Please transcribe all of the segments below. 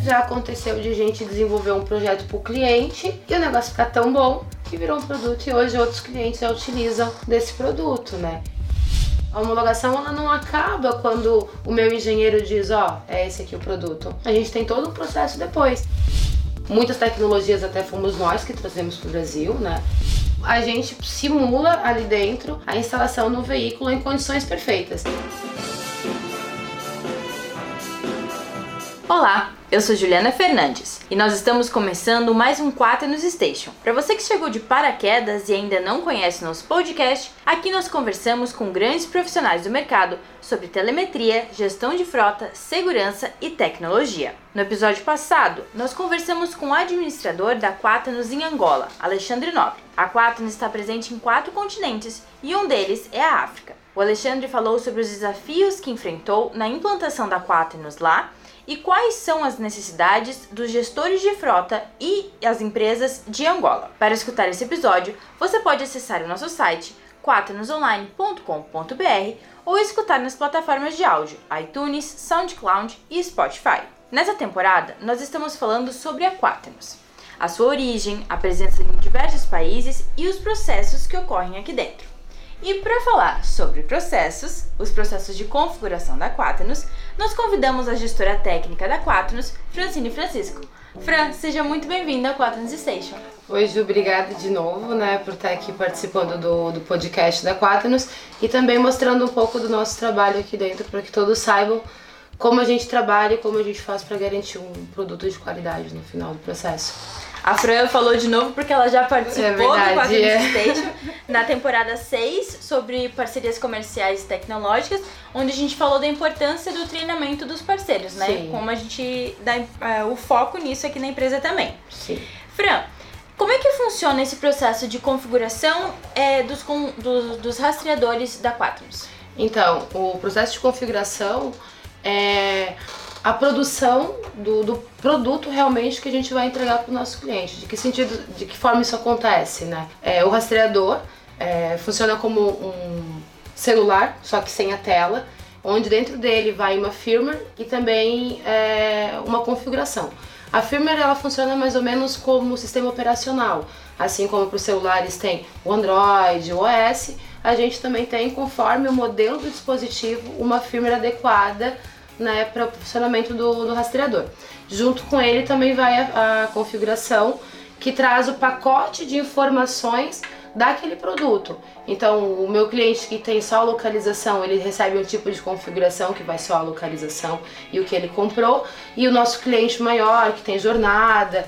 já aconteceu de gente desenvolver um projeto para o cliente e o negócio ficar tão bom que virou um produto e hoje outros clientes já utilizam desse produto, né? A homologação ela não acaba quando o meu engenheiro diz, é esse aqui o produto. A gente tem todo um processo depois. Muitas tecnologias até fomos nós que trazemos para o Brasil, né? A gente simula ali dentro a instalação no veículo em condições perfeitas. Olá, eu sou Juliana Fernandes e nós estamos começando mais um Quaternos Station. Para você que chegou de paraquedas e ainda não conhece nosso podcast, aqui nós conversamos com grandes profissionais do mercado sobre telemetria, gestão de frota, segurança e tecnologia. No episódio passado, nós conversamos com o administrador da Quaternos em Angola, Alexandre Nobre. A Quaternos está presente em 4 continentes e um deles é a África. O Alexandre falou sobre os desafios que enfrentou na implantação da Quaternos lá e quais são as necessidades dos gestores de frota e as empresas de Angola. Para escutar esse episódio, você pode acessar o nosso site quaternosonline.com.br ou escutar nas plataformas de áudio iTunes, SoundCloud e Spotify. Nessa temporada, nós estamos falando sobre a Quaternos, a sua origem, a presença em diversos países e os processos que ocorrem aqui dentro. E para falar sobre processos, os processos de configuração da Quaternos, nós convidamos a gestora técnica da Quaternos, Francine Francisco. Fran, seja muito bem-vinda ao Quaternos Station. Oi, Ju, obrigada de novo, por estar aqui participando do podcast da Quaternos e também mostrando um pouco do nosso trabalho aqui dentro para que todos saibam como a gente trabalha e como a gente faz para garantir um produto de qualidade no final do processo. A Fran falou de novo porque ela já participou do Quaternos Station na temporada 6 sobre parcerias comerciais e tecnológicas, onde a gente falou da importância do treinamento dos parceiros, né? Sim. Como a gente dá o foco nisso aqui na empresa também. Sim. Fran, como é que funciona esse processo de configuração dos rastreadores da Quaternos? Então, o processo de configuração é a produção do produto realmente que a gente vai entregar para o nosso cliente. De que sentido, de que forma isso acontece, né? O rastreador funciona como um celular, só que sem a tela, onde dentro dele vai uma firmware e também uma configuração. A firmware ela funciona mais ou menos como sistema operacional, assim como para os celulares tem o Android, o OS, a gente também tem, conforme o modelo do dispositivo, uma firmware adequada para o funcionamento do rastreador. Junto com ele também vai a configuração que traz o pacote de informações daquele produto. Então o meu cliente que tem só a localização, ele recebe um tipo de configuração que vai só a localização e o que ele comprou, e o nosso cliente maior que tem jornada,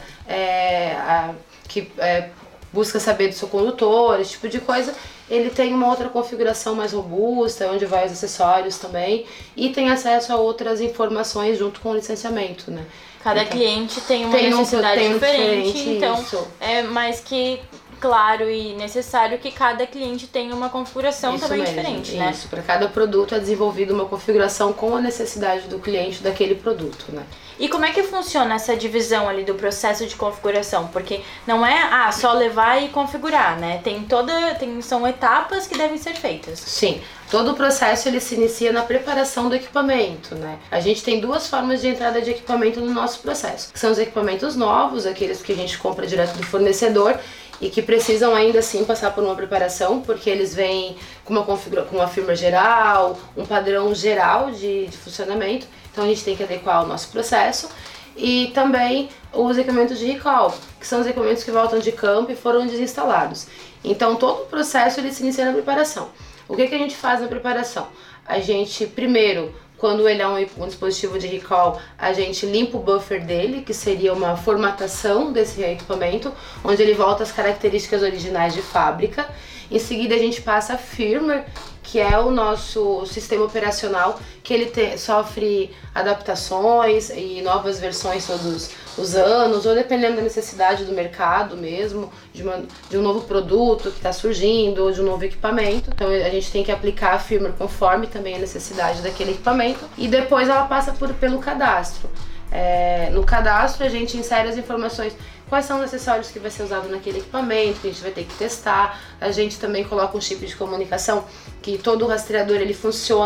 que busca saber do seu condutor, esse tipo de coisa, ele tem uma outra configuração mais robusta, onde vai os acessórios também, e tem acesso a outras informações junto com o licenciamento, né? Cada cliente tem uma necessidade diferente, então isso. É mais que claro e necessário que cada cliente tenha uma configuração Isso também mesmo, diferente, né? Isso, para cada produto é desenvolvida uma configuração com a necessidade do cliente daquele produto, né? E como é que funciona essa divisão ali do processo de configuração? Porque não é só levar e configurar, né? São etapas que devem ser feitas. Sim, todo o processo ele se inicia na preparação do equipamento, né? A gente tem 2 formas de entrada de equipamento no nosso processo. São os equipamentos novos, aqueles que a gente compra direto do fornecedor e que precisam ainda assim passar por uma preparação, porque eles vêm com uma firmware geral, um padrão geral de funcionamento. Então a gente tem que adequar o nosso processo. E também os equipamentos de recall, que são os equipamentos que voltam de campo e foram desinstalados. Então todo o processo ele se inicia na preparação. O que a gente faz na preparação? A gente primeiro, quando ele é um dispositivo de recall, a gente limpa o buffer dele, que seria uma formatação desse equipamento, onde ele volta às características originais de fábrica. Em seguida a gente passa a firmware, que é o nosso sistema operacional, que ele sofre adaptações e novas versões todos os anos, ou dependendo da necessidade do mercado mesmo, de um novo produto que está surgindo, ou de um novo equipamento. Então a gente tem que aplicar a firmware conforme também a necessidade daquele equipamento, e depois ela passa pelo cadastro. No cadastro a gente insere as informações, quais são os acessórios que vai ser usado naquele equipamento, que a gente vai ter que testar. A gente também coloca um chip de comunicação, que todo o rastreador ele funciona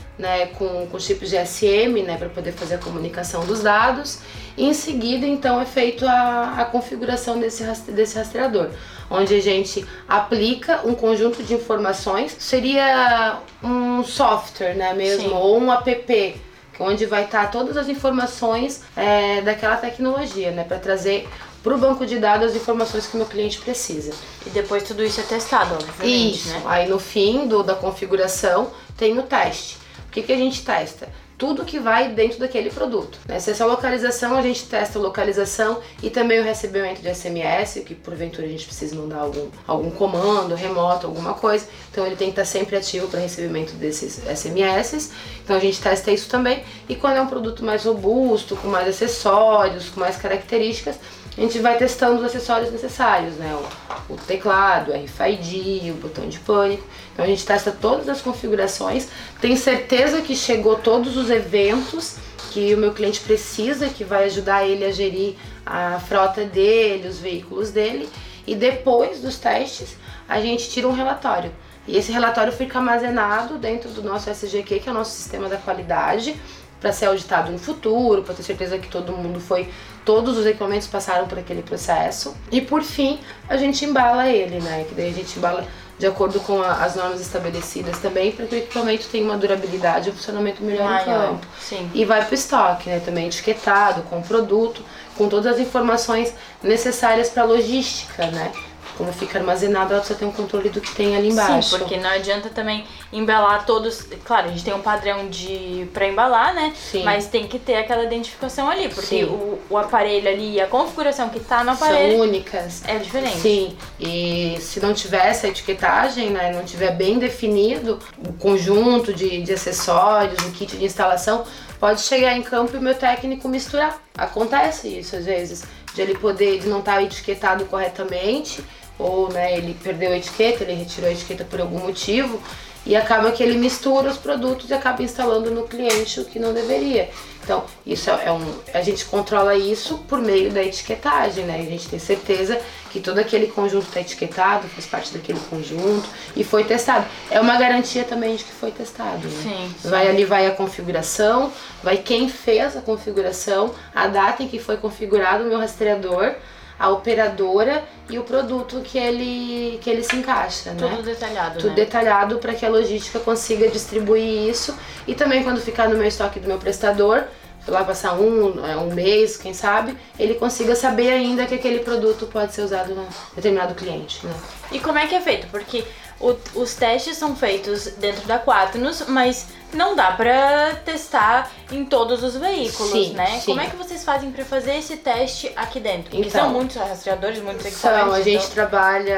né, com chips GSM, né, para poder fazer a comunicação dos dados. E em seguida, então, é feito a configuração desse rastreador, onde a gente aplica um conjunto de informações, seria um software, né, mesmo, sim, ou um app, onde vai estar todas as informações daquela tecnologia, né, para trazer para o banco de dados as informações que o meu cliente precisa. E depois tudo isso é testado, obviamente, isso, né? Aí no fim da configuração tem o teste. O que a gente testa? Tudo que vai dentro daquele produto, né? Se essa localização, a gente testa a localização e também o recebimento de SMS, que porventura a gente precisa mandar algum comando remoto, alguma coisa. Então ele tem que estar sempre ativo para recebimento desses SMS. Então a gente testa isso também. E quando é um produto mais robusto, com mais acessórios, com mais características, a gente vai testando os acessórios necessários, né? O teclado, o RFID, o botão de pânico. Então a gente testa todas as configurações, tem certeza que chegou todos os eventos que o meu cliente precisa, que vai ajudar ele a gerir a frota dele, os veículos dele. E depois dos testes, a gente tira um relatório. E esse relatório fica armazenado dentro do nosso SGQ, que é o nosso sistema da qualidade, para ser auditado no futuro, para ter certeza que todos os equipamentos passaram por aquele processo. E por fim, a gente embala ele, né? Que daí a gente embala de acordo com as normas estabelecidas também, para que o equipamento tenha uma durabilidade e um funcionamento melhor no campo. Sim. E vai para o estoque, né? Também etiquetado, com o produto, com todas as informações necessárias para a logística, né? Como fica armazenado, ela precisa ter um controle do que tem ali embaixo. Sim, porque não adianta também embalar todos. Claro, a gente tem um padrão pra embalar, né? Sim. Mas tem que ter aquela identificação ali, porque o aparelho ali e a configuração que tá no aparelho são únicas. É diferente. Sim, e se não tiver essa etiquetagem, né, não tiver bem definido o conjunto de acessórios, o kit de instalação, pode chegar em campo e o meu técnico misturar. Acontece isso às vezes, de não estar etiquetado corretamente, ou, né, ele perdeu a etiqueta, ele retirou a etiqueta por algum motivo, e acaba que ele mistura os produtos e acaba instalando no cliente o que não deveria. Então, isso a gente controla isso por meio da etiquetagem, né? A gente tem certeza que todo aquele conjunto está etiquetado, faz parte daquele conjunto e foi testado. É uma garantia também de que foi testado, né? Sim. Vai a configuração, vai quem fez a configuração, a data em que foi configurado o meu rastreador, a operadora e o produto que ele se encaixa, né? Tudo detalhado, Tudo detalhado para que a logística consiga distribuir isso. E também quando ficar no meu estoque do meu prestador, sei lá, passar um mês, quem sabe, ele consiga saber ainda que aquele produto pode ser usado em determinado cliente, né? E como é que é feito? Porque os testes são feitos dentro da Quaternos, mas não dá pra testar em todos os veículos, sim, né? Sim. Como é que vocês fazem pra fazer esse teste aqui dentro? Porque então, são muitos rastreadores, muitos equipamentos. A gente trabalha,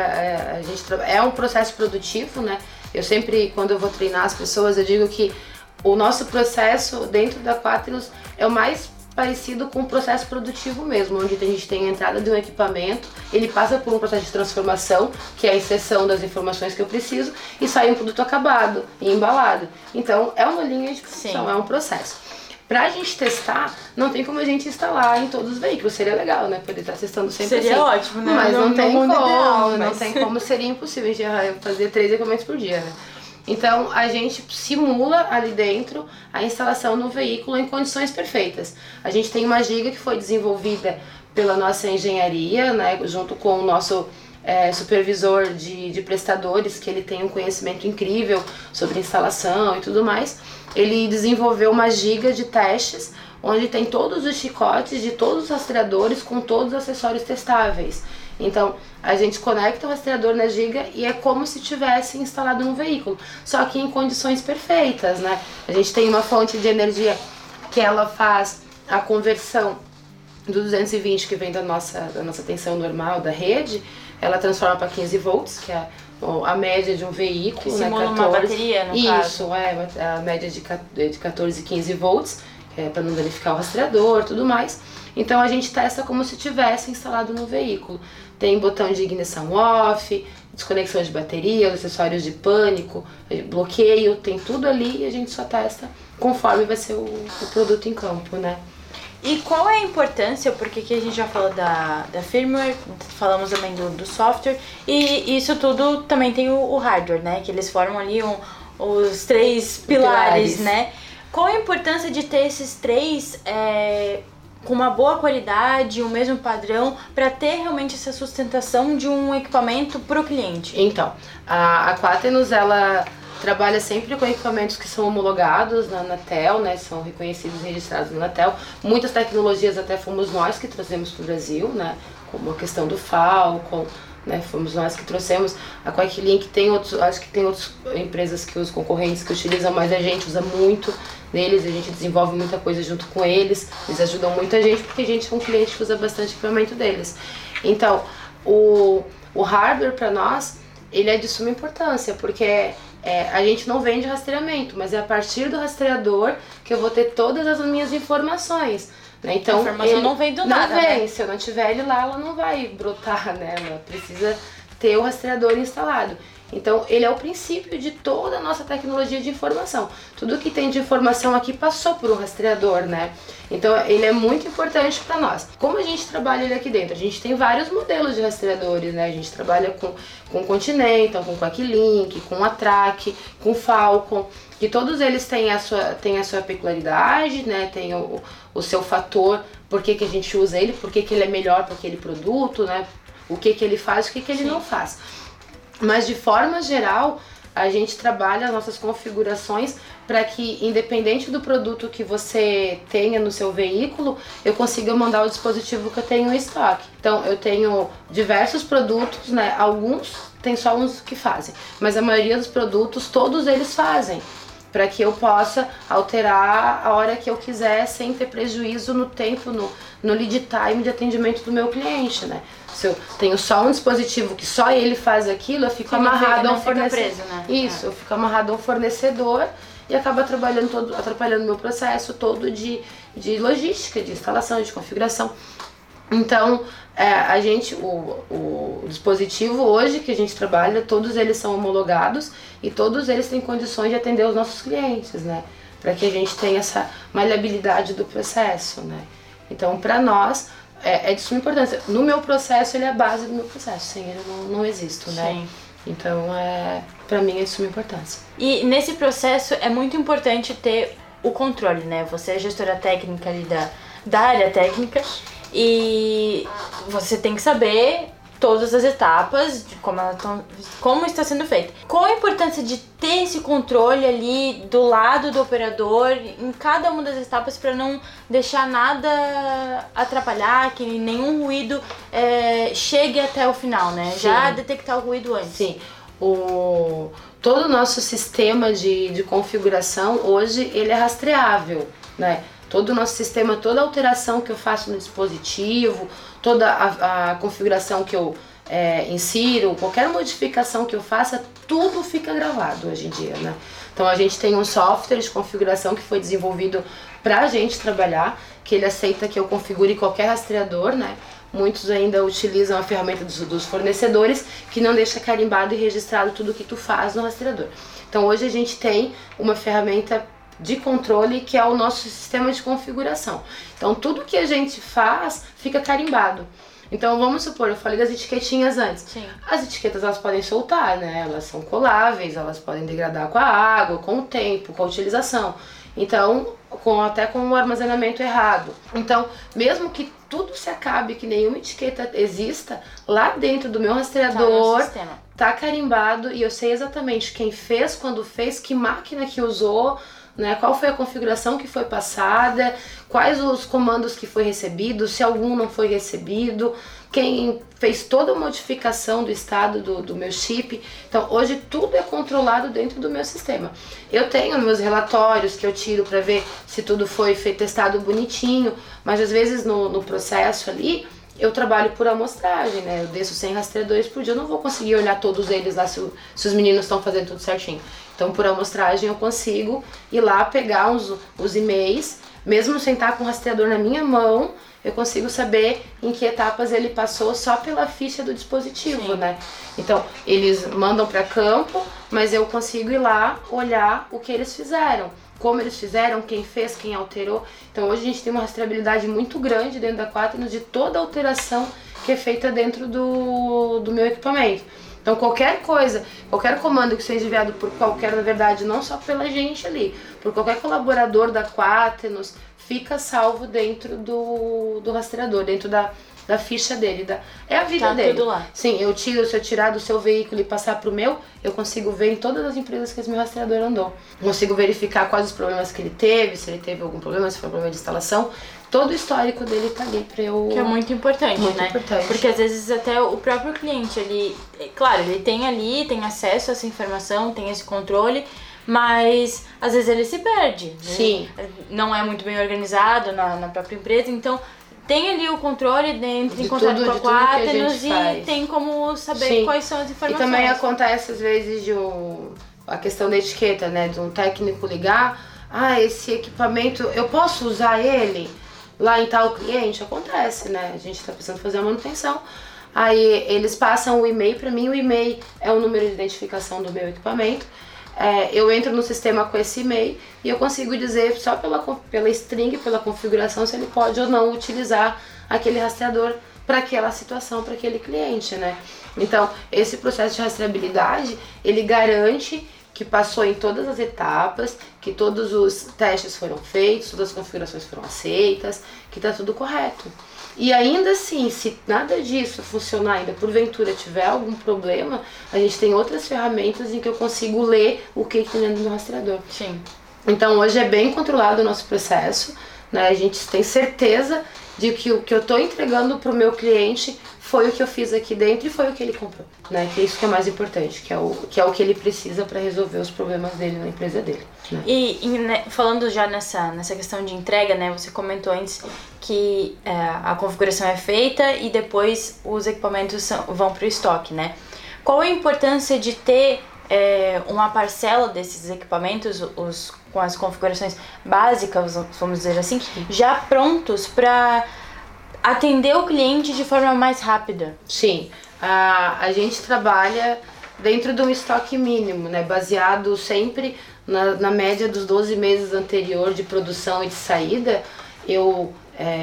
é um processo produtivo, né? Eu sempre, quando eu vou treinar as pessoas, eu digo que o nosso processo dentro da Quaternos é o mais parecido com o processo produtivo mesmo, onde a gente tem a entrada de um equipamento, ele passa por um processo de transformação, que é a inserção das informações que eu preciso, e sai um produto acabado e embalado. Então, é uma linha de produção, é um processo. Pra gente testar, não tem como a gente instalar em todos os veículos, seria legal, né? Poder estar testando sempre seria assim. Ótimo, né? Mas não tem como, ideal, não tem como, seria impossível a gente fazer 3 equipamentos por dia, né? Então a gente simula ali dentro a instalação no veículo em condições perfeitas. A gente tem uma giga que foi desenvolvida pela nossa engenharia, né, junto com o nosso supervisor de prestadores, que ele tem um conhecimento incrível sobre instalação e tudo mais. Ele desenvolveu uma giga de testes onde tem todos os chicotes de todos os rastreadores com todos os acessórios testáveis. Então, a gente conecta o rastreador na giga e é como se tivesse instalado no veículo, só que em condições perfeitas, né? A gente tem uma fonte de energia que ela faz a conversão do 220 que vem da nossa tensão normal da rede, ela transforma para 15 volts, que é a média de um veículo, que simula 14. Uma bateria, no caso. Isso, a média de 14 e 15 volts, para não danificar o rastreador e tudo mais. Então a gente testa como se tivesse instalado no veículo. Tem botão de ignição off, desconexão de bateria, acessórios de pânico, bloqueio, tem tudo ali e a gente só testa conforme vai ser o produto em campo, né? E qual é a importância, porque aqui a gente já falou da firmware, falamos também do software, e isso tudo também tem o hardware, né? Que eles formam ali os 3 pilares, né? Qual a importância de ter esses 3 com uma boa qualidade, o mesmo padrão, para ter realmente essa sustentação de um equipamento para o cliente? Então, a Quaternos, ela trabalha sempre com equipamentos que são homologados na Anatel, né? São reconhecidos e registrados na Anatel. Muitas tecnologias até fomos nós que trouxemos para o Brasil, né? Como a questão do Falcon, né? Fomos nós que trouxemos. A QuickLink tem outros, acho que tem outras empresas que os concorrentes que utilizam, mas a gente usa muito deles, a gente desenvolve muita coisa junto com eles. Eles ajudam muito a gente porque a gente é um cliente que usa bastante equipamento deles. Então, o hardware para nós, ele é de suma importância, porque a gente não vende rastreamento, mas é a partir do rastreador que eu vou ter todas as minhas informações, né? Então, a informação não vem do nada, não vem, né? Se eu não tiver ele lá, ela não vai brotar, né? Ela precisa ter o rastreador instalado. Então, ele é o princípio de toda a nossa tecnologia de informação. Tudo que tem de informação aqui passou por um rastreador, né? Então, ele é muito importante para nós. Como a gente trabalha ele aqui dentro? A gente tem vários modelos de rastreadores, né? A gente trabalha com Continental, com QuickLink, com Atrac, com Falcon, que todos eles têm a sua peculiaridade, né? Tem o seu fator, por que a gente usa ele, por que ele é melhor para aquele produto, né? O que ele faz, o que ele não faz. Mas de forma geral, a gente trabalha as nossas configurações para que, independente do produto que você tenha no seu veículo, eu consiga mandar o dispositivo que eu tenho em estoque. Então, eu tenho diversos produtos, né? Alguns tem só uns que fazem, mas a maioria dos produtos, todos eles fazem, para que eu possa alterar a hora que eu quiser sem ter prejuízo no tempo, no lead time de atendimento do meu cliente, né? Se eu tenho só um dispositivo que só ele faz aquilo, eu fico amarrado a um fornecedor. Né? Isso, eu fico amarrado a um fornecedor e acaba atrapalhando o meu processo todo de logística, de instalação, de configuração. Então, o dispositivo hoje que a gente trabalha, todos eles são homologados e todos eles têm condições de atender os nossos clientes, né? Para que a gente tenha essa maleabilidade do processo, né? Então, para nós, é de suma importância. No meu processo, ele é a base do meu processo. Sem ele, eu não existo, né? Sim. Então, para mim, é de suma importância. E nesse processo, é muito importante ter o controle, né? Você é gestora técnica ali da área técnica e você tem que saber todas as etapas de como está sendo feito. Qual a importância de ter esse controle ali do lado do operador em cada uma das etapas para não deixar nada atrapalhar, que nenhum ruído chegue até o final, né? Sim. Já detectar o ruído antes. Sim. Todo o nosso sistema de configuração hoje ele é rastreável, né? Todo o nosso sistema, toda alteração que eu faço no dispositivo, toda a configuração que eu insiro, qualquer modificação que eu faça, tudo fica gravado hoje em dia, né? Então a gente tem um software de configuração que foi desenvolvido pra gente trabalhar, que ele aceita que eu configure qualquer rastreador, né? Muitos ainda utilizam a ferramenta dos fornecedores, que não deixa carimbado e registrado tudo que tu faz no rastreador. Então hoje a gente tem uma ferramenta de controle que é o nosso sistema de configuração. Então tudo que a gente faz fica carimbado. Então vamos supor, eu falei das etiquetinhas antes. Sim. As etiquetas elas podem soltar, né? Elas são coláveis, elas podem degradar com a água, com o tempo, com a utilização. Então, até com o armazenamento errado. Então, mesmo que tudo se acabe, que nenhuma etiqueta exista, lá dentro do meu rastreador tá carimbado e eu sei exatamente quem fez, quando fez, que máquina que usou, né, qual foi a configuração que foi passada, quais os comandos que foi recebido, se algum não foi recebido, quem fez toda a modificação do estado do meu chip. Então hoje tudo é controlado dentro do meu sistema. Eu tenho meus relatórios que eu tiro para ver se tudo foi testado bonitinho, mas às vezes no processo ali eu trabalho por amostragem, né? Eu desço 100 rastreadores por dia, eu não vou conseguir olhar todos eles lá se os meninos estão fazendo tudo certinho. Então, por amostragem, eu consigo ir lá pegar os e-mails, mesmo sem estar com o rastreador na minha mão, eu consigo saber em que etapas ele passou só pela ficha do dispositivo, né? Então, eles mandam para campo, mas eu consigo ir lá olhar o que eles fizeram, como eles fizeram, quem fez, quem alterou. Então, hoje a gente tem uma rastreabilidade muito grande dentro da Quaternos de toda a alteração que é feita dentro do meu equipamento. Então qualquer coisa, qualquer comando que seja enviado por qualquer, na verdade, não só pela gente ali, por qualquer colaborador da Quaternos, fica salvo dentro do rastreador, dentro da ficha dele, é a vida dele. Tudo lá. Sim, se eu tirar do seu veículo e passar pro meu, eu consigo ver em todas as empresas que esse meu rastreador andou. Consigo verificar quais os problemas que ele teve, se ele teve algum problema, se foi um problema de instalação. Todo o histórico dele tá ali pra eu... Que é muito importante, muito né? Importante. Porque às vezes até o próprio cliente, ele... Claro, ele tem acesso a essa informação, tem esse controle, mas às vezes ele se perde. Sim. Não é muito bem organizado na própria empresa, então... Tem ali o controle, entra em contato com a Quaternos e tem como saber quais são as informações. E também acontece às vezes a questão da etiqueta, né? De um técnico ligar, esse equipamento, eu posso usar ele lá em tal cliente? Acontece, né? A gente tá precisando fazer a manutenção. Aí eles passam o e-mail para mim, o e-mail é o número de identificação do meu equipamento. Eu entro no sistema com esse e-mail e eu consigo dizer só pela string, pela configuração, se ele pode ou não utilizar aquele rastreador para aquela situação, para aquele cliente, né? Então, esse processo de rastreabilidade, ele garante que passou em todas as etapas, que todos os testes foram feitos, todas as configurações foram aceitas, que está tudo correto. E ainda assim, se nada disso funcionar ainda, porventura tiver algum problema, a gente tem outras ferramentas em que eu consigo ler o que tem dentro do rastreador. Sim. Então hoje é bem controlado o nosso processo, né? A gente tem certeza de que o que eu estou entregando para o meu cliente foi o que eu fiz aqui dentro e foi o que ele comprou, né? Que é isso que é mais importante, que é o que ele precisa para resolver os problemas dele na empresa dele. Né? E falando já nessa questão de entrega, né? Você comentou antes que a configuração é feita e depois os equipamentos vão para o estoque, né? Qual a importância de ter uma parcela desses equipamentos, com as configurações básicas, vamos dizer assim, já prontos para atender o cliente de forma mais rápida? Sim, a gente trabalha dentro de um estoque mínimo, né? Baseado sempre na média dos 12 meses anterior de produção e de saída. Eu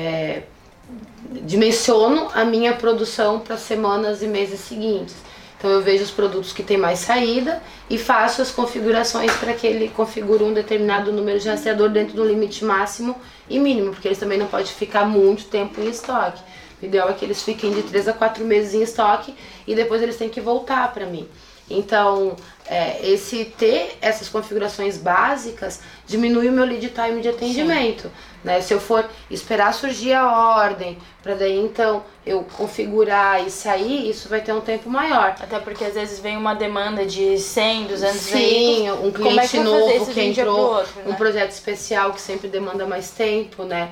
dimensiono a minha produção para semanas e meses seguintes. Então eu vejo os produtos que tem mais saída e faço as configurações para que ele configure um determinado número de rastreador dentro do limite máximo e mínimo, porque eles também não podem ficar muito tempo em estoque. O ideal é que eles fiquem de 3 a 4 meses em estoque e depois eles têm que voltar para mim. Então, ter essas configurações básicas diminui o meu lead time de atendimento. Né? Se eu for esperar surgir a ordem, para daí então eu configurar e sair, isso vai ter um tempo maior. Até porque às vezes vem uma demanda de 100, 200 Sim, veículos. Um cliente novo que entrou, outro, né? Um projeto especial que sempre demanda mais tempo, né?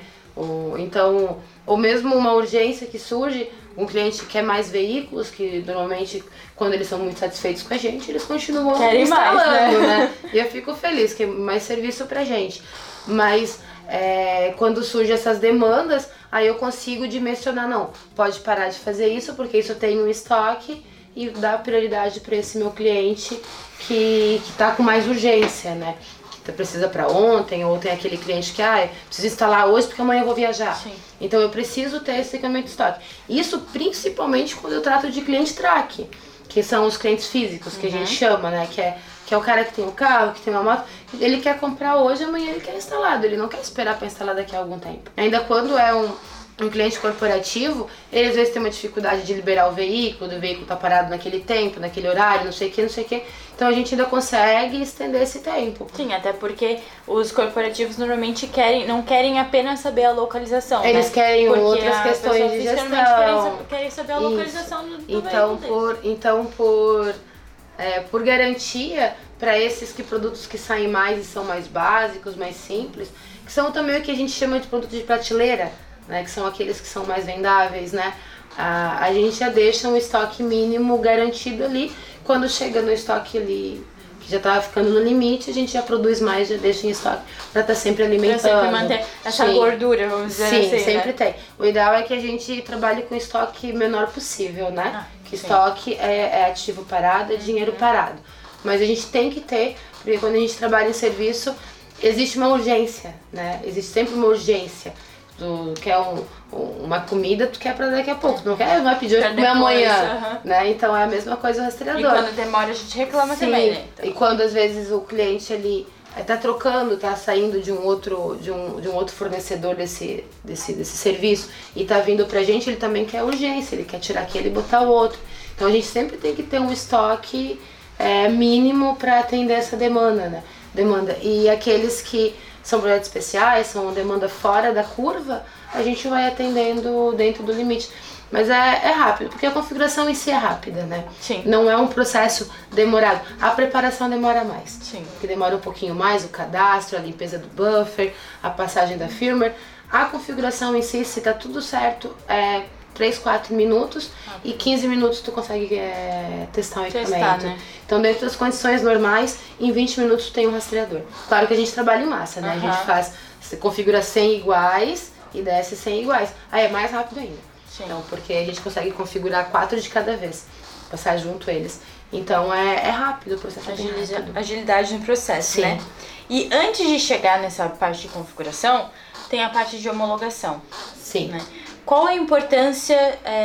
Ou mesmo uma urgência que surge, um cliente quer mais veículos, que normalmente quando eles são muito satisfeitos com a gente, eles continuam querem instalando, mais, né? E eu fico feliz, que é mais serviço pra gente. Mas quando surgem essas demandas, aí eu consigo dimensionar, não, pode parar de fazer isso porque isso tem um estoque e dar prioridade para esse meu cliente que tá com mais urgência, né? Que precisa para ontem, ou tem aquele cliente que preciso instalar hoje porque amanhã eu vou viajar. Sim. Então eu preciso ter esse equipamento de estoque. Isso principalmente quando eu trato de cliente track, que são os clientes físicos, que a gente chama, né? Que é o cara que tem um carro, que tem uma moto, ele quer comprar hoje, amanhã ele quer instalado, ele não quer esperar para instalar daqui a algum tempo. Ainda quando é um cliente corporativo, ele às vezes tem uma dificuldade de liberar o veículo tá parado naquele tempo, naquele horário, não sei o que. Então a gente ainda consegue estender esse tempo. Sim, até porque os corporativos normalmente não querem apenas saber a localização, eles querem porque outras questões de gestão. Querem saber a localização do Então, por garantia, para esses produtos que saem mais e são mais básicos, mais simples, que são também o que a gente chama de produtos de prateleira, né, que são aqueles que são mais vendáveis, né? A gente já deixa um estoque mínimo garantido ali. Quando chega no estoque ali, que já tá ficando no limite, a gente já produz mais, já deixa em estoque para estar sempre alimentando. Pra sempre manter essa gordura, vamos dizer assim. Sim, sempre né? tem. O ideal é que a gente trabalhe com estoque menor possível, né? Que estoque é ativo parado, é dinheiro parado. Mas a gente tem que ter, porque quando a gente trabalha em serviço, existe uma urgência, né? Existe sempre uma urgência. Tu quer uma comida, tu quer pra daqui a pouco. Tu não vai pedir hoje pra comer amanhã. Né? Então é a mesma coisa o rastreador. E quando demora a gente reclama também, né? Então. E quando às vezes o cliente ele tá trocando, tá saindo de um outro fornecedor desse serviço e tá vindo pra gente, ele também quer urgência, ele quer tirar aquele e botar o outro. Então a gente sempre tem que ter um estoque mínimo para atender essa demanda, né? E aqueles que são projetos especiais, são demanda fora da curva, a gente vai atendendo dentro do limite. Mas é rápido, porque a configuração em si é rápida, né? Sim. Não é um processo demorado. A preparação demora mais. Sim. Porque demora um pouquinho mais, o cadastro, a limpeza do buffer, a passagem da firmware. A configuração em si, se tá tudo certo, 3, 4 minutos e 15 minutos tu consegue testar o equipamento. Né? Então, dentro das condições normais, em 20 minutos tu tem um rastreador. Claro que a gente trabalha em massa, né? A gente configura 100 iguais e desce 100 iguais. Aí é mais rápido ainda. Então, porque a gente consegue configurar 4 de cada vez, passar junto eles. Então é rápido o processo. Agilidade no processo, Sim. Né? E antes de chegar nessa parte de configuração, tem a parte de homologação. Sim. Né? Qual a importância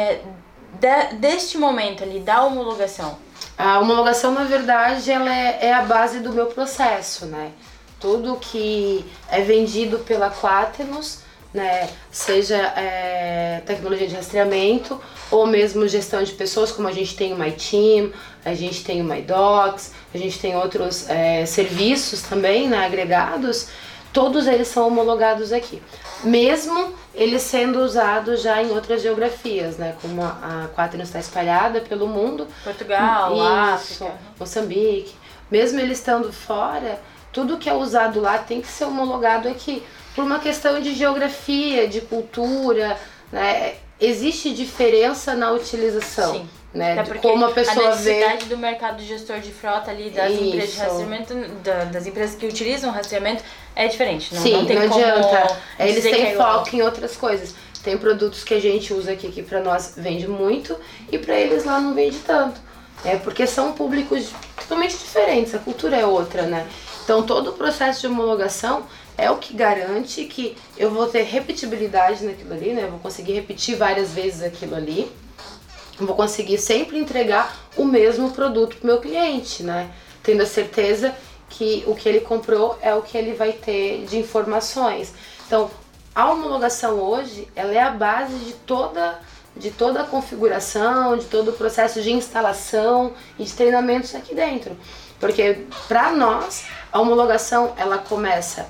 deste momento ali, da homologação? A homologação, na verdade, ela é a base do meu processo, né? Tudo que é vendido pela Quaternos, né, seja tecnologia de rastreamento ou mesmo gestão de pessoas, como a gente tem o MyTeam, a gente tem o MyDocs, a gente tem outros serviços também, né, agregados, todos eles são homologados aqui. Mesmo eles sendo usados já em outras geografias, né, como a Quaternos está espalhada pelo mundo. Portugal, África, Moçambique. Mesmo eles estando fora, tudo que é usado lá tem que ser homologado aqui. Por uma questão de geografia, de cultura, né? Existe diferença na utilização. Sim. Né? De como a pessoa vê. A necessidade do mercado gestor de frota ali, das empresas de rastreamento, das empresas que utilizam rastreamento, é diferente. Não, Sim, não tem não como adianta. Eles têm igual. foco em outras coisas. Tem produtos que a gente usa aqui que pra nós vende muito e pra eles lá não vende tanto. Porque são públicos totalmente diferentes, a cultura é outra, né? Então todo o processo de homologação é o que garante que eu vou ter repetibilidade naquilo ali, né? Eu vou conseguir repetir várias vezes aquilo ali. Eu vou conseguir sempre entregar o mesmo produto pro meu cliente, né? Tendo a certeza que o que ele comprou é o que ele vai ter de informações. Então, a homologação hoje, ela é a base de toda a configuração, de todo o processo de instalação e de treinamentos aqui dentro. Porque para nós, a homologação ela começa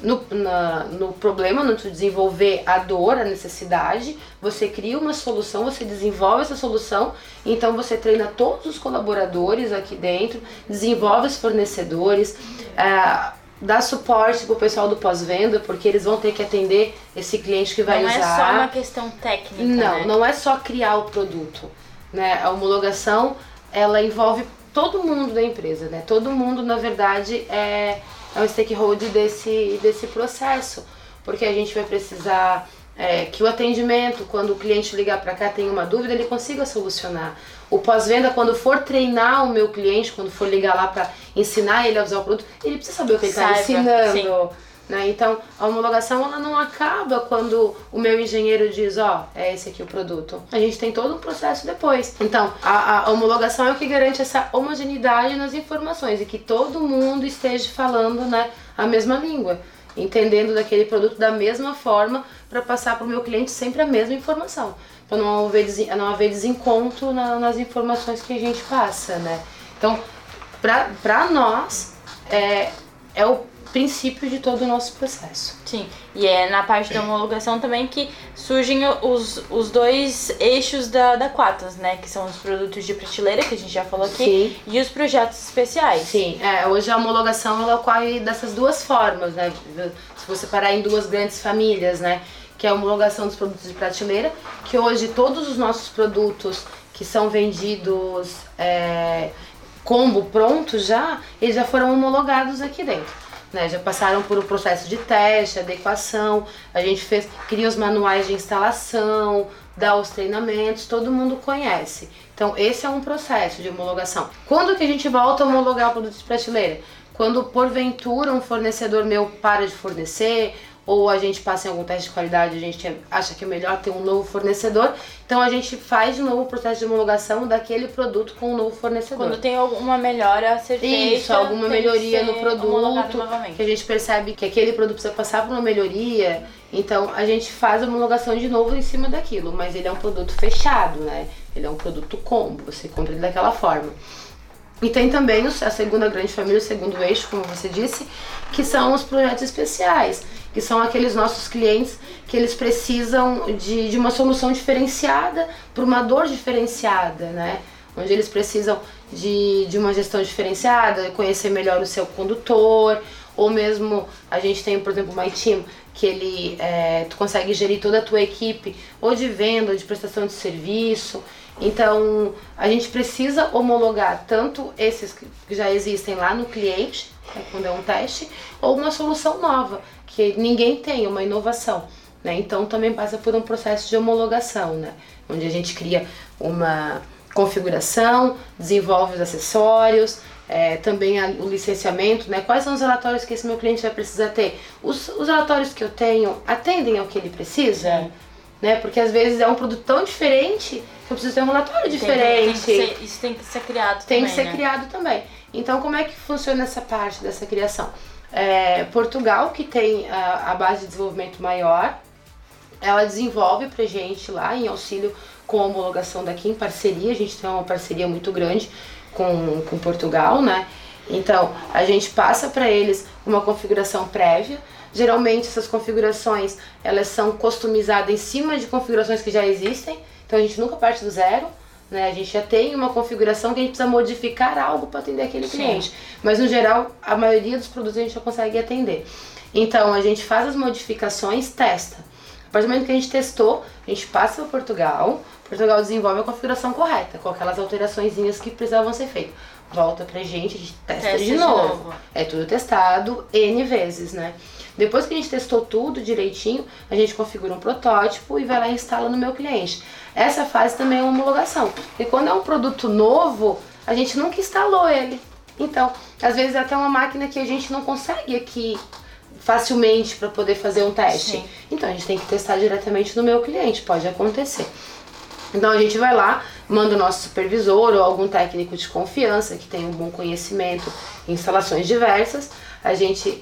no problema, no desenvolver a dor, a necessidade, você cria uma solução, você desenvolve essa solução, então você treina todos os colaboradores aqui dentro, desenvolve os fornecedores, dá suporte pro pessoal do pós-venda, porque eles vão ter que atender esse cliente que vai usar. Não é só uma questão técnica, Não é só criar o produto, né? A homologação, ela envolve todo mundo da empresa, né? Todo mundo, na verdade, é um stakeholder desse processo, porque a gente vai precisar que o atendimento, quando o cliente ligar para cá tem uma dúvida, ele consiga solucionar. O pós-venda, quando for treinar o meu cliente, quando for ligar lá para ensinar ele a usar o produto, ele precisa saber o que ele está ensinando. Né? Então, a homologação ela não acaba quando o meu engenheiro diz, é esse aqui o produto. A gente tem todo um processo depois. Então, a homologação é o que garante essa homogeneidade nas informações e que todo mundo esteja falando, né, a mesma língua, entendendo daquele produto da mesma forma para passar para o meu cliente sempre a mesma informação. Para não haver desencontro nas informações que a gente passa, né? Então, para nós, é o princípio de todo o nosso processo. Sim, e é na parte da homologação também que surgem os dois eixos da Quaternos, né? Que são os produtos de prateleira, que a gente já falou aqui, e os projetos especiais. Sim, hoje a homologação ela ocorre dessas duas formas, né? Se você parar em duas grandes famílias, né? Que é a homologação dos produtos de prateleira, que hoje todos os nossos produtos que são vendidos combo pronto eles já foram homologados aqui dentro. Né, já passaram por um processo de teste, adequação, a gente cria os manuais de instalação, dá os treinamentos, todo mundo conhece. Então esse é um processo de homologação. Quando que a gente volta a homologar o produto de prateleira? Quando porventura um fornecedor meu para de fornecer, ou a gente passa em algum teste de qualidade, a gente acha que é melhor ter um novo fornecedor, então a gente faz de novo o processo de homologação daquele produto com um novo fornecedor. Quando tem alguma melhora a ser feita, isso, alguma melhoria no produto, que a gente percebe que aquele produto precisa passar por uma melhoria, então a gente faz a homologação de novo em cima daquilo, mas ele é um produto fechado, né? Ele é um produto combo, você compra ele daquela forma. E tem também a segunda grande família, o segundo eixo, como você disse, que são os projetos especiais, que são aqueles nossos clientes que eles precisam de uma solução diferenciada para uma dor diferenciada, né? Onde eles precisam de uma gestão diferenciada, conhecer melhor o seu condutor, ou mesmo a gente tem, por exemplo, o MyTeam, que tu consegue gerir toda a tua equipe, ou de venda, ou de prestação de serviço. Então, a gente precisa homologar tanto esses que já existem lá no cliente, quando é um teste, ou uma solução nova, que ninguém tem, uma inovação, né? Então, também passa por um processo de homologação, né? Onde a gente cria uma configuração, desenvolve os acessórios, também o licenciamento, né? Quais são os relatórios que esse meu cliente vai precisar ter? Os relatórios que eu tenho atendem ao que ele precisa? Sim. Né? Porque às vezes é um produto tão diferente que eu preciso ter um relatório diferente. Isso tem que ser criado também, Tem que ser criado também. Então, como é que funciona essa parte dessa criação? Portugal, que tem a base de desenvolvimento maior, ela desenvolve pra gente lá em auxílio com a homologação daqui em parceria. A gente tem uma parceria muito grande com Portugal, né? Então, a gente passa para eles uma configuração prévia. Geralmente essas configurações, elas são customizadas em cima de configurações que já existem, então a gente nunca parte do zero, né? A gente já tem uma configuração que a gente precisa modificar algo para atender aquele cliente, mas no geral a maioria dos produtos a gente já consegue atender. Então a gente faz as modificações, testa. A partir do momento que a gente testou, a gente passa para Portugal desenvolve a configuração correta, com aquelas alteraçõezinhas que precisavam ser feitas. Volta pra gente, a gente testa de novo. É tudo testado N vezes, né? Depois que a gente testou tudo direitinho, a gente configura um protótipo e vai lá e instala no meu cliente. Essa fase também é uma homologação. E quando é um produto novo, a gente nunca instalou ele. Então, às vezes é até uma máquina que a gente não consegue aqui facilmente para poder fazer um teste. Sim. Então a gente tem que testar diretamente no meu cliente, pode acontecer. Então a gente vai lá, manda o nosso supervisor ou algum técnico de confiança que tem um bom conhecimento em instalações diversas. A gente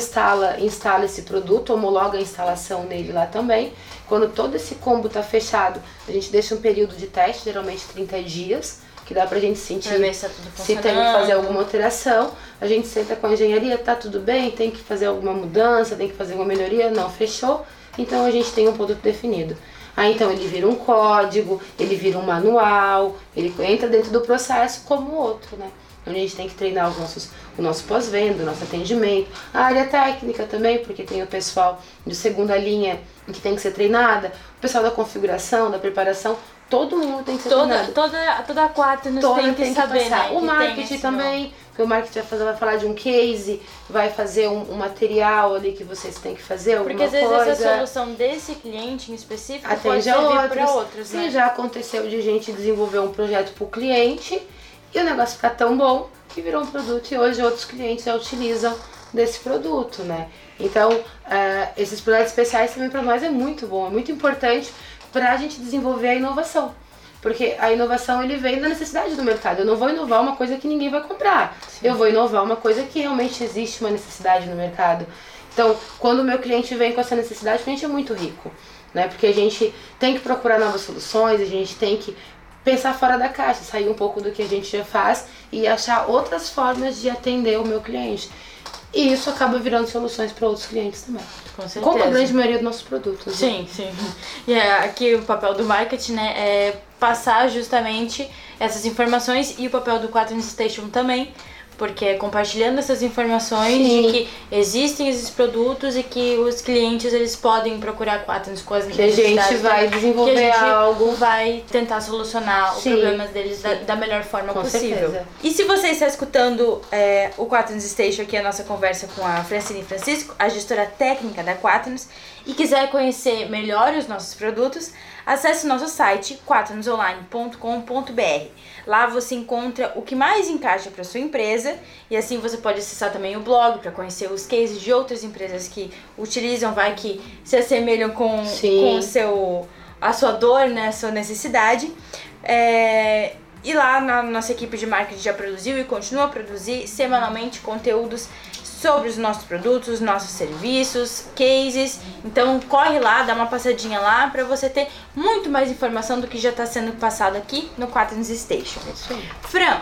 instala esse produto, homologa a instalação nele lá também. Quando todo esse combo está fechado, a gente deixa um período de teste, geralmente 30 dias, que dá pra gente sentir se tem que fazer alguma alteração. A gente senta com a engenharia, tá tudo bem, tem que fazer alguma mudança, tem que fazer uma melhoria, não, fechou. Então a gente tem um produto definido. Aí então ele vira um código, ele vira um manual, ele entra dentro do processo como o outro, né? A gente tem que treinar o nosso pós-venda, o nosso atendimento, a área técnica também, porque tem o pessoal de segunda linha que tem que ser treinada, o pessoal da configuração, da preparação, todo mundo tem que ser treinado. Toda a Quaternos tem que saber, né? O marketing também, que o marketing vai falar de um case, vai fazer um material ali que vocês têm que fazer, alguma coisa. Porque às vezes essa solução desse cliente em específico pode servir para outros, né? Sim, já aconteceu de gente desenvolver um projeto para o cliente e o negócio ficar tão bom que virou um produto e hoje outros clientes já utilizam desse produto, né? Então, esses projetos especiais também para nós é muito bom, é muito importante para a gente desenvolver a inovação. Porque a inovação ele vem da necessidade do mercado. Eu não vou inovar uma coisa que ninguém vai comprar. Sim. Eu vou inovar uma coisa que realmente existe uma necessidade no mercado. Então, quando o meu cliente vem com essa necessidade, o cliente é muito rico, né? Porque a gente tem que procurar novas soluções, a gente tem que pensar fora da caixa, sair um pouco do que a gente já faz e achar outras formas de atender o meu cliente. E isso acaba virando soluções para outros clientes também. Com certeza. Como a grande maioria dos nossos produtos. Sim, né? Sim. E aqui o papel do marketing, né, é passar justamente essas informações e o papel do Quaternos Station também, porque é compartilhando essas informações Sim. de que existem esses produtos e que os clientes eles podem procurar Quaternos com as necessidades. Que a gente vai desenvolver que a gente algo. vai tentar solucionar Sim. os problemas deles da melhor forma com possível. Certeza. E se você está escutando o Quaternos Station, aqui a nossa conversa com a Francine Francisco, a gestora técnica da Quaternos, e quiser conhecer melhor os nossos produtos, acesse o nosso site quaternosonline.com.br. Lá você encontra o que mais encaixa para sua empresa e assim você pode acessar também o blog para conhecer os cases de outras empresas que utilizam, que se assemelham com a sua dor, né, a sua necessidade. E lá na nossa equipe de marketing já produziu e continua a produzir semanalmente conteúdos sobre os nossos produtos, nossos serviços, cases. Então corre lá, dá uma passadinha lá para você ter muito mais informação do que já está sendo passado aqui no Quaternos Station. Fran,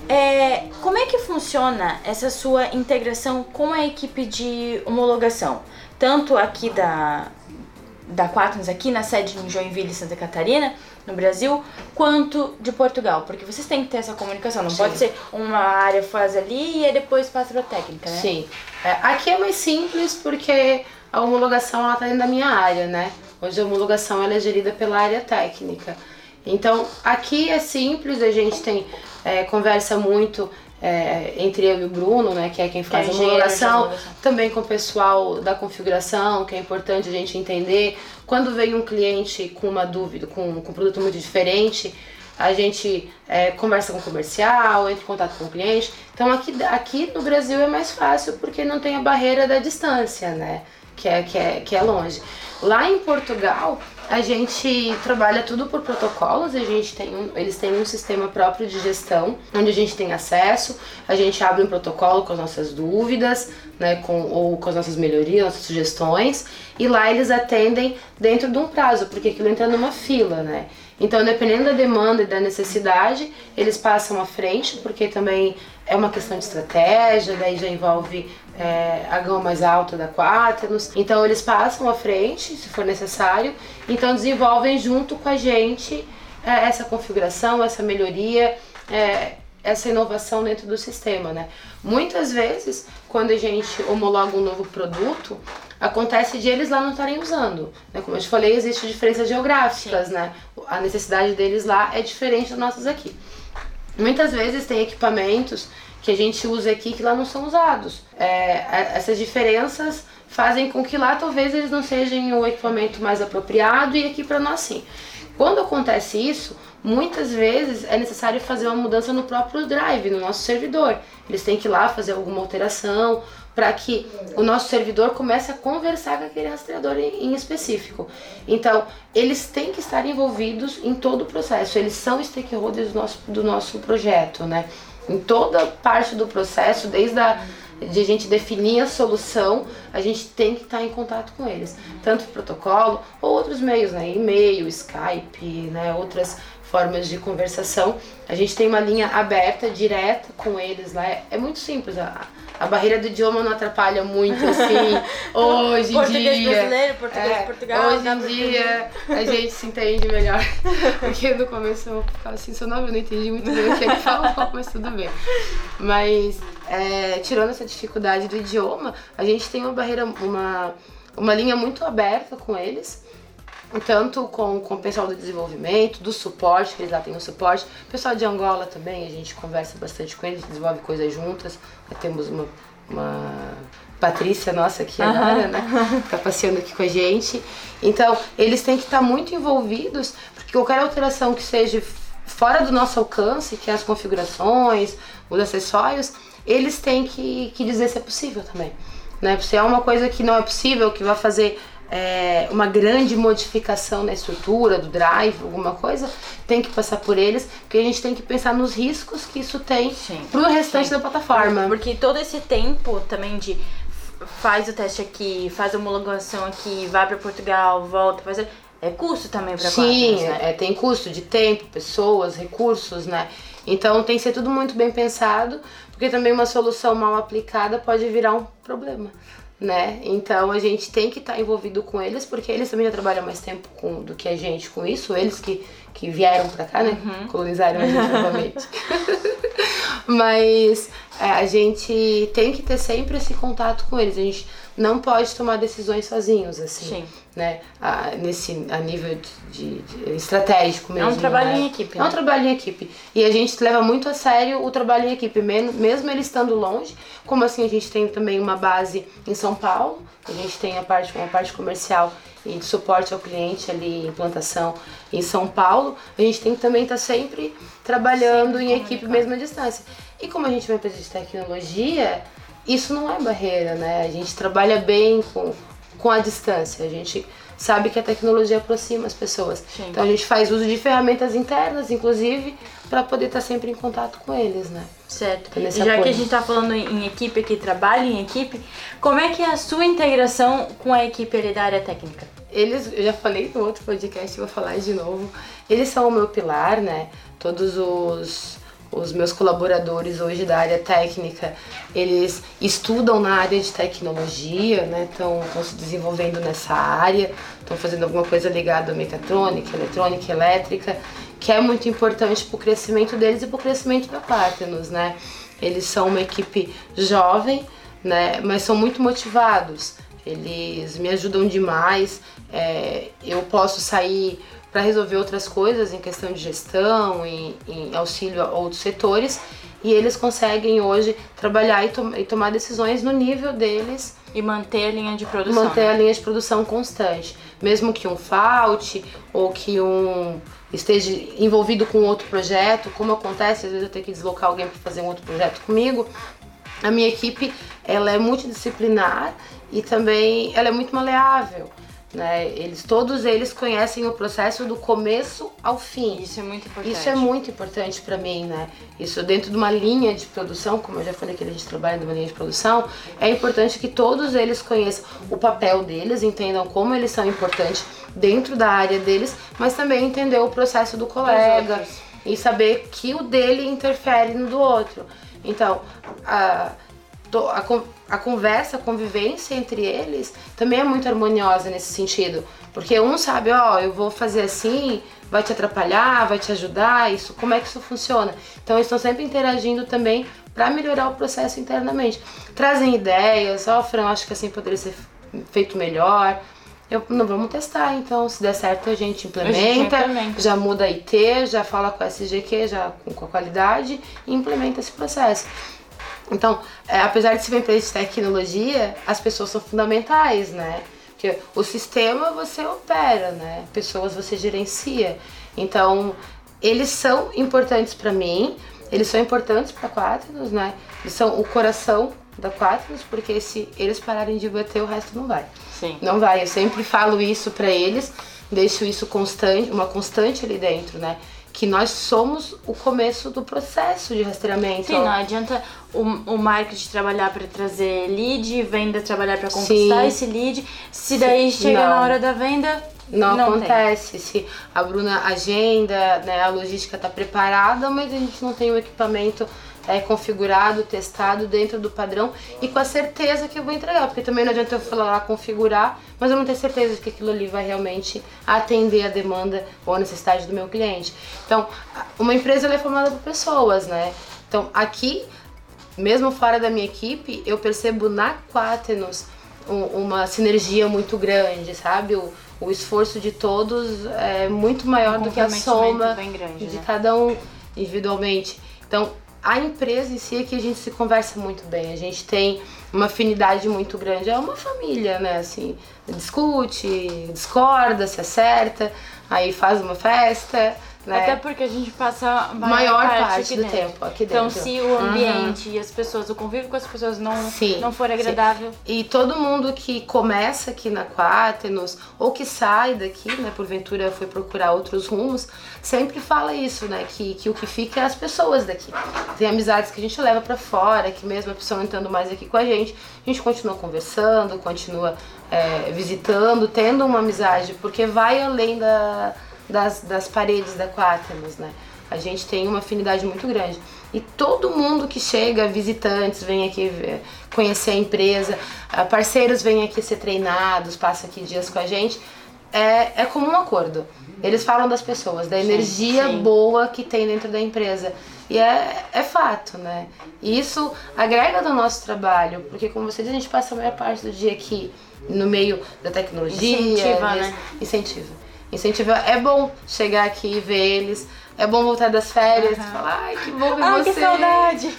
como é que funciona essa sua integração com a equipe de homologação? Tanto aqui da Quaternos, aqui na sede em Joinville, Santa Catarina, no Brasil, quanto de Portugal, porque vocês têm que ter essa comunicação, não pode ser uma área faz ali e depois passa para a técnica, né? Sim, aqui é mais simples porque a homologação ela tá dentro da minha área, né? Hoje a homologação ela é gerida pela área técnica, então aqui é simples, a gente tem conversa muito entre eu e o Bruno, né, que é quem faz a homologação, também com o pessoal da configuração, que é importante a gente entender. Quando vem um cliente com uma dúvida, com um produto muito diferente, a gente conversa com o comercial, entra em contato com o cliente. Então aqui no Brasil é mais fácil porque não tem a barreira da distância, né, que é longe. Lá em Portugal, a gente trabalha tudo por protocolos, eles têm um sistema próprio de gestão, onde a gente tem acesso, a gente abre um protocolo com as nossas dúvidas, né, ou com as nossas melhorias, nossas sugestões, e lá eles atendem dentro de um prazo, porque aquilo entra numa fila, né? Então, dependendo da demanda e da necessidade, eles passam à frente, porque também é uma questão de estratégia, daí já envolve a gama mais alta da Quaternos. Então, eles passam à frente, se for necessário, então desenvolvem junto com a gente essa configuração, essa melhoria, essa inovação dentro do sistema, né? Muitas vezes, quando a gente homologa um novo produto, acontece de eles lá não estarem usando, né? Como eu te falei, existem diferenças geográficas, sim, né? A necessidade deles lá é diferente das nossas aqui. Muitas vezes tem equipamentos que a gente usa aqui que lá não são usados. Essas diferenças fazem com que lá talvez eles não sejam o equipamento mais apropriado e aqui para nós sim. Quando acontece isso, muitas vezes é necessário fazer uma mudança no próprio drive, no nosso servidor. Eles têm que ir lá fazer alguma alteração para que o nosso servidor comece a conversar com aquele rastreador em específico. Então, eles têm que estar envolvidos em todo o processo. Eles são stakeholders do nosso projeto, né? Em toda parte do processo, desde a gente definir a solução, a gente tem que estar em contato com eles. Tanto protocolo ou outros meios, né? E-mail, Skype, né? Outras formas de conversação. A gente tem uma linha aberta, direta com eles lá. É muito simples. A barreira do idioma não atrapalha muito, assim, hoje em português dia. Brasileiro, português de Portugal. Hoje em dia a gente se entende melhor. Porque no começo eu ficava assim, seu nome eu não entendi muito bem o que ele falou, mas tudo bem. Mas, tirando essa dificuldade do idioma, a gente tem uma barreira, uma linha muito aberta com eles. Tanto com o pessoal do desenvolvimento, do suporte, que eles lá têm o suporte. O pessoal de Angola também, a gente conversa bastante com eles, desenvolve coisas juntas. Temos uma Patrícia nossa aqui agora, né? Tá passeando aqui com a gente. Então, eles têm que estar muito envolvidos, porque qualquer alteração que seja fora do nosso alcance, que é as configurações, os acessórios, eles têm que dizer se é possível também, né? Se é uma coisa que não é possível, que vai fazer uma grande modificação na estrutura do drive, alguma coisa, tem que passar por eles, porque a gente tem que pensar nos riscos que isso tem pro restante da plataforma. Porque todo esse tempo também de faz o teste aqui, faz a homologação aqui, vai para Portugal, volta, faz... É custo também para Quaternos, né? Tem custo de tempo, pessoas, recursos, né? Então tem que ser tudo muito bem pensado, porque também uma solução mal aplicada pode virar um problema, né? Então a gente tem que estar envolvido com eles, porque eles também já trabalham mais tempo do que a gente com isso, eles que vieram pra cá, né? Colonizaram a gente novamente. Mas a gente tem que ter sempre esse contato com eles. A gente não pode tomar decisões sozinhos, assim. Sim. Né? A nível de estratégico mesmo. É um trabalho né? em equipe. É um trabalho em equipe. E a gente leva muito a sério o trabalho em equipe, mesmo ele estando longe. Como assim, a gente tem também uma base em São Paulo, a gente tem uma parte comercial e de suporte ao cliente ali, implantação em São Paulo. A gente tem que também estar sempre trabalhando em equipe mesmo à distância. E como a gente é uma empresa de tecnologia, isso não é barreira, né? A gente trabalha bem com a distância, a gente sabe que a tecnologia aproxima as pessoas. Sim. Então a gente faz uso de ferramentas internas, inclusive, para poder estar sempre em contato com eles, né? Certo. E já que a gente tá falando em equipe, que trabalha em equipe, como é que é a sua integração com a equipe ali da área técnica? Eles, eu já falei no outro podcast, vou falar de novo, eles são o meu pilar, né? Todos os meus colaboradores hoje da área técnica, eles estudam na área de tecnologia, né? Estão se desenvolvendo nessa área, estão fazendo alguma coisa ligada à mecatrônica, eletrônica, elétrica, que é muito importante para o crescimento deles e para o crescimento da Quaternos, né? Eles são uma equipe jovem, né? Mas são muito motivados, eles me ajudam demais, eu posso sair para resolver outras coisas em questão de gestão, em auxílio a outros setores, e eles conseguem hoje trabalhar e tomar decisões no nível deles. E manter a linha de produção. Manter a linha de produção constante. Mesmo que um falte ou que um esteja envolvido com outro projeto, como acontece, às vezes eu tenho que deslocar alguém para fazer um outro projeto comigo, a minha equipe ela é multidisciplinar e também ela é muito maleável. Né? Todos eles conhecem o processo do começo ao fim. Isso é muito importante. Isso é muito importante para mim, né? Isso dentro de uma linha de produção, como eu já falei que a gente trabalha numa linha de produção, é importante que todos eles conheçam o papel deles, entendam como eles são importantes dentro da área deles, mas também entender o processo do colega e saber que o dele interfere no do outro. Então, a conversa, a convivência entre eles também é muito harmoniosa nesse sentido, porque um sabe, eu vou fazer assim, vai te atrapalhar, vai te ajudar, como é que isso funciona? Então eles estão sempre interagindo também para melhorar o processo internamente. Trazem ideias, Fran, acho que assim poderia ser feito melhor. Não vamos testar, então se der certo a gente implementa, já muda a IT, já fala com a SGQ, já com a qualidade e implementa esse processo. Então, apesar de ser uma empresa de tecnologia, as pessoas são fundamentais, né? Porque o sistema você opera, né? Pessoas você gerencia. Então, eles são importantes para mim, eles são importantes para a Quaternos, né? Eles são o coração da Quaternos, porque se eles pararem de bater, o resto não vai. Sim. Não vai. Eu sempre falo isso para eles, deixo isso constante, uma constante ali dentro, né? Que nós somos o começo do processo de rastreamento. Sim, não adianta o marketing trabalhar para trazer lead, venda trabalhar para conquistar esse lead, se daí chega na hora da venda, não acontece. Tem. Se a Bruna agenda, né, a logística está preparada, mas a gente não tem o equipamento configurado, testado dentro do padrão e com a certeza que eu vou entregar, porque também não adianta eu falar lá configurar, mas eu não tenho certeza de que aquilo ali vai realmente atender a demanda ou a necessidade do meu cliente. Então, uma empresa ela é formada por pessoas, né? Então, aqui, mesmo fora da minha equipe, eu percebo na Quaternos uma sinergia muito grande, sabe? O esforço de todos é muito maior do que a soma de cada um individualmente. Então, a empresa em si é que a gente se conversa muito bem, a gente tem uma afinidade muito grande, é uma família, né, assim, discute, discorda, se acerta, aí faz uma festa, né? Até porque a gente passa a maior parte do tempo aqui dentro. Então, se o ambiente e as pessoas, o convívio com as pessoas não for agradável... E todo mundo que começa aqui na Quaternos, ou que sai daqui, né, porventura foi procurar outros rumos, sempre fala isso, né, que o que fica é as pessoas daqui. Tem amizades que a gente leva pra fora, que mesmo a pessoa não estando mais aqui com a gente continua conversando, continua visitando, tendo uma amizade, porque vai além das paredes da Quaternos, né? A gente tem uma afinidade muito grande. E todo mundo que chega, visitantes, vem aqui conhecer a empresa, parceiros vêm aqui ser treinados, passam aqui dias com a gente, é como um acordo. Eles falam das pessoas, da energia boa que tem dentro da empresa. E é fato, né? E isso agrega no nosso trabalho, porque como você diz, a gente passa a maior parte do dia aqui no meio da tecnologia. Incentiva, né? Incentiva. É bom chegar aqui e ver eles. É bom voltar das férias e falar, ai, que bom ver você. Que saudade!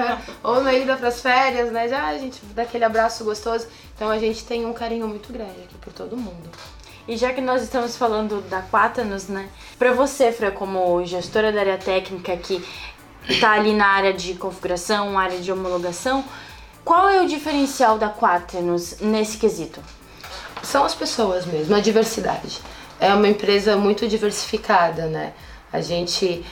Ou na ida pras férias, né? Já a gente dá aquele abraço gostoso. Então a gente tem um carinho muito grande aqui por todo mundo. E já que nós estamos falando da Quaternos, né? Pra você, Fran, como gestora da área técnica que tá ali na área de configuração, área de homologação, qual é o diferencial da Quaternos nesse quesito? São as pessoas mesmo, a diversidade. É uma empresa muito diversificada, né? A gente,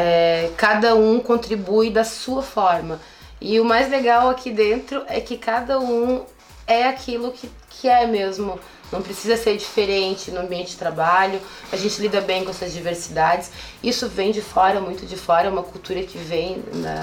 cada um contribui da sua forma. E o mais legal aqui dentro é que cada um é aquilo que é mesmo. Não precisa ser diferente no ambiente de trabalho. A gente lida bem com essas diversidades. Isso vem de fora, muito de fora. É uma cultura que vem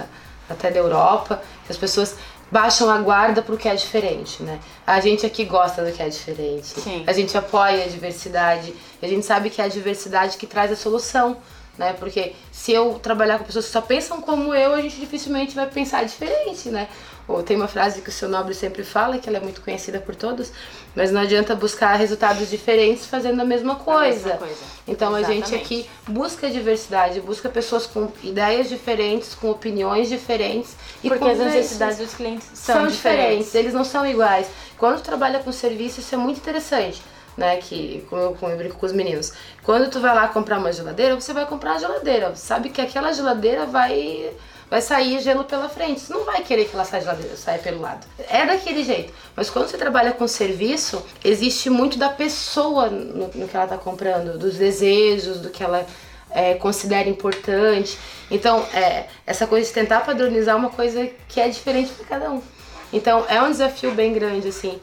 até da Europa. Que as pessoas baixam a guarda pro que é diferente, né? A gente aqui gosta do que é diferente. Sim. A gente apoia a diversidade. A gente sabe que é a diversidade que traz a solução. Né? Porque se eu trabalhar com pessoas que só pensam como eu, a gente dificilmente vai pensar diferente, né? Ou tem uma frase que o seu Nobre sempre fala, que ela é muito conhecida por todos, mas não adianta buscar resultados diferentes fazendo a mesma coisa. Então Exatamente. A gente aqui busca diversidade, busca pessoas com ideias diferentes, com opiniões diferentes. E porque as necessidades dos clientes são diferentes. Eles não são iguais. Quando tu trabalha com serviço, isso é muito interessante. Né, que como eu brinco com os meninos, quando tu vai lá comprar uma geladeira, você vai comprar uma geladeira, sabe que aquela geladeira vai sair gelo pela frente, você não vai querer que ela saia pelo lado, é daquele jeito. Mas quando você trabalha com serviço, existe muito da pessoa no que ela tá comprando, dos desejos, do que ela considera importante. Então essa coisa de tentar padronizar uma coisa que é diferente para cada um. Então é um desafio bem grande, assim.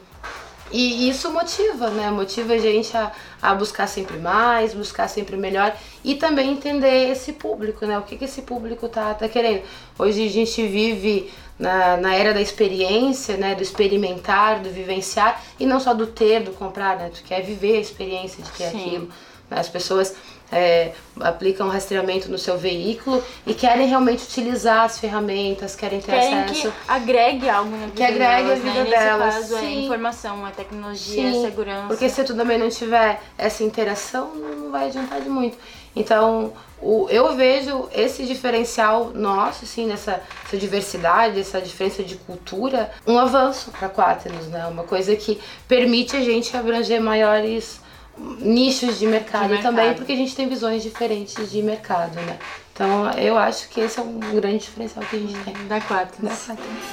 E isso motiva, né? Motiva a gente a buscar sempre mais, buscar sempre melhor e também entender esse público, né? O que esse público tá querendo. Hoje a gente vive na era da experiência, né? Do experimentar, do vivenciar e não só do ter, do comprar, né? Tu quer viver a experiência de ter aquilo. Né? As pessoas aplicam rastreamento no seu veículo e querem realmente utilizar as ferramentas, querem ter acesso. Que agregue algo na vida delas, agregue a vida delas. Nesse caso, a informação, a tecnologia, a segurança. Porque se tu também não tiver essa interação, não vai adiantar de muito. Então, eu vejo esse diferencial nosso, assim, nessa diversidade, essa diferença de cultura, um avanço para a Quaternos, né? Uma coisa que permite a gente abranger maiores nichos de mercado também, porque a gente tem visões diferentes de mercado, né? Então eu acho que esse é um grande diferencial que a gente tem. Da Quaternos.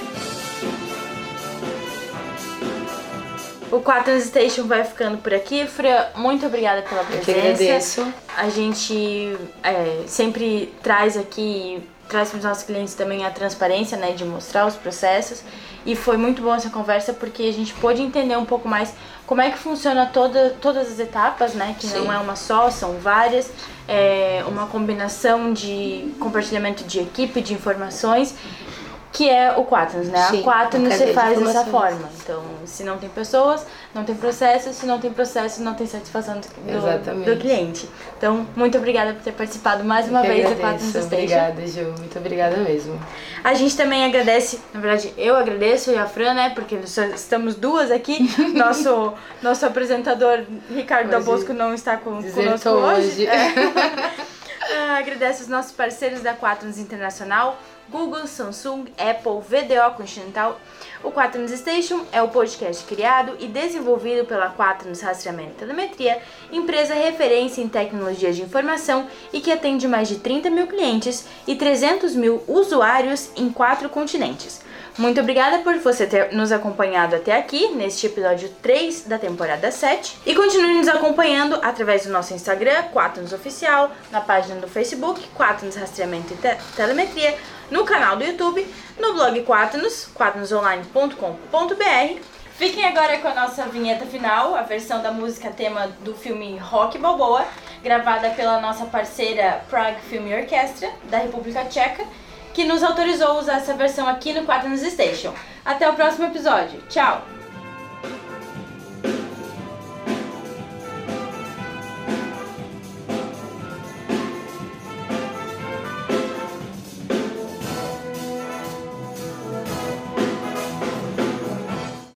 O Quaternos Station vai ficando por aqui. Fran, muito obrigada pela presença. Eu que agradeço. A gente sempre traz aqui, traz para os nossos clientes também a transparência, né, de mostrar os processos. E foi muito bom essa conversa porque a gente pôde entender um pouco mais como é que funciona todas as etapas, né? Que não é uma só, são várias. É uma combinação de compartilhamento de equipe, de informações, que é o Quaternos, né? Sim, a Quaternos você faz dessa forma. Então, se não tem pessoas, não tem processo. Se não tem processo, não tem satisfação do cliente. Então, muito obrigada por ter participado mais uma vez da Quaternos Station. Obrigada, Ju. Muito obrigada mesmo. A gente também agradece, na verdade, eu agradeço e a Fran, né? Porque só estamos duas aqui. Nosso apresentador, Ricardo Dal Bosco, não está conosco hoje. Agradeço os nossos parceiros da Quaternos Internacional, Google, Samsung, Apple, VDO Continental. O Quaternos Station é o podcast criado e desenvolvido pela Quaternos Rastreamento e Telemetria, empresa referência em tecnologia de informação e que atende mais de 30 mil clientes e 300 mil usuários em 4 continentes. Muito obrigada por você ter nos acompanhado até aqui, neste episódio 3 da temporada 7. E continue nos acompanhando através do nosso Instagram, Quaternos Oficial, na página do Facebook, Quaternos Rastreamento e Telemetria, no canal do YouTube, no blog Quaternos, quaternosonline.com.br. Fiquem agora com a nossa vinheta final, a versão da música tema do filme Rock Balboa, gravada pela nossa parceira Prague Film Orchestra, da República Tcheca, que nos autorizou a usar essa versão aqui no Quaternos Station. Até o próximo episódio. Tchau!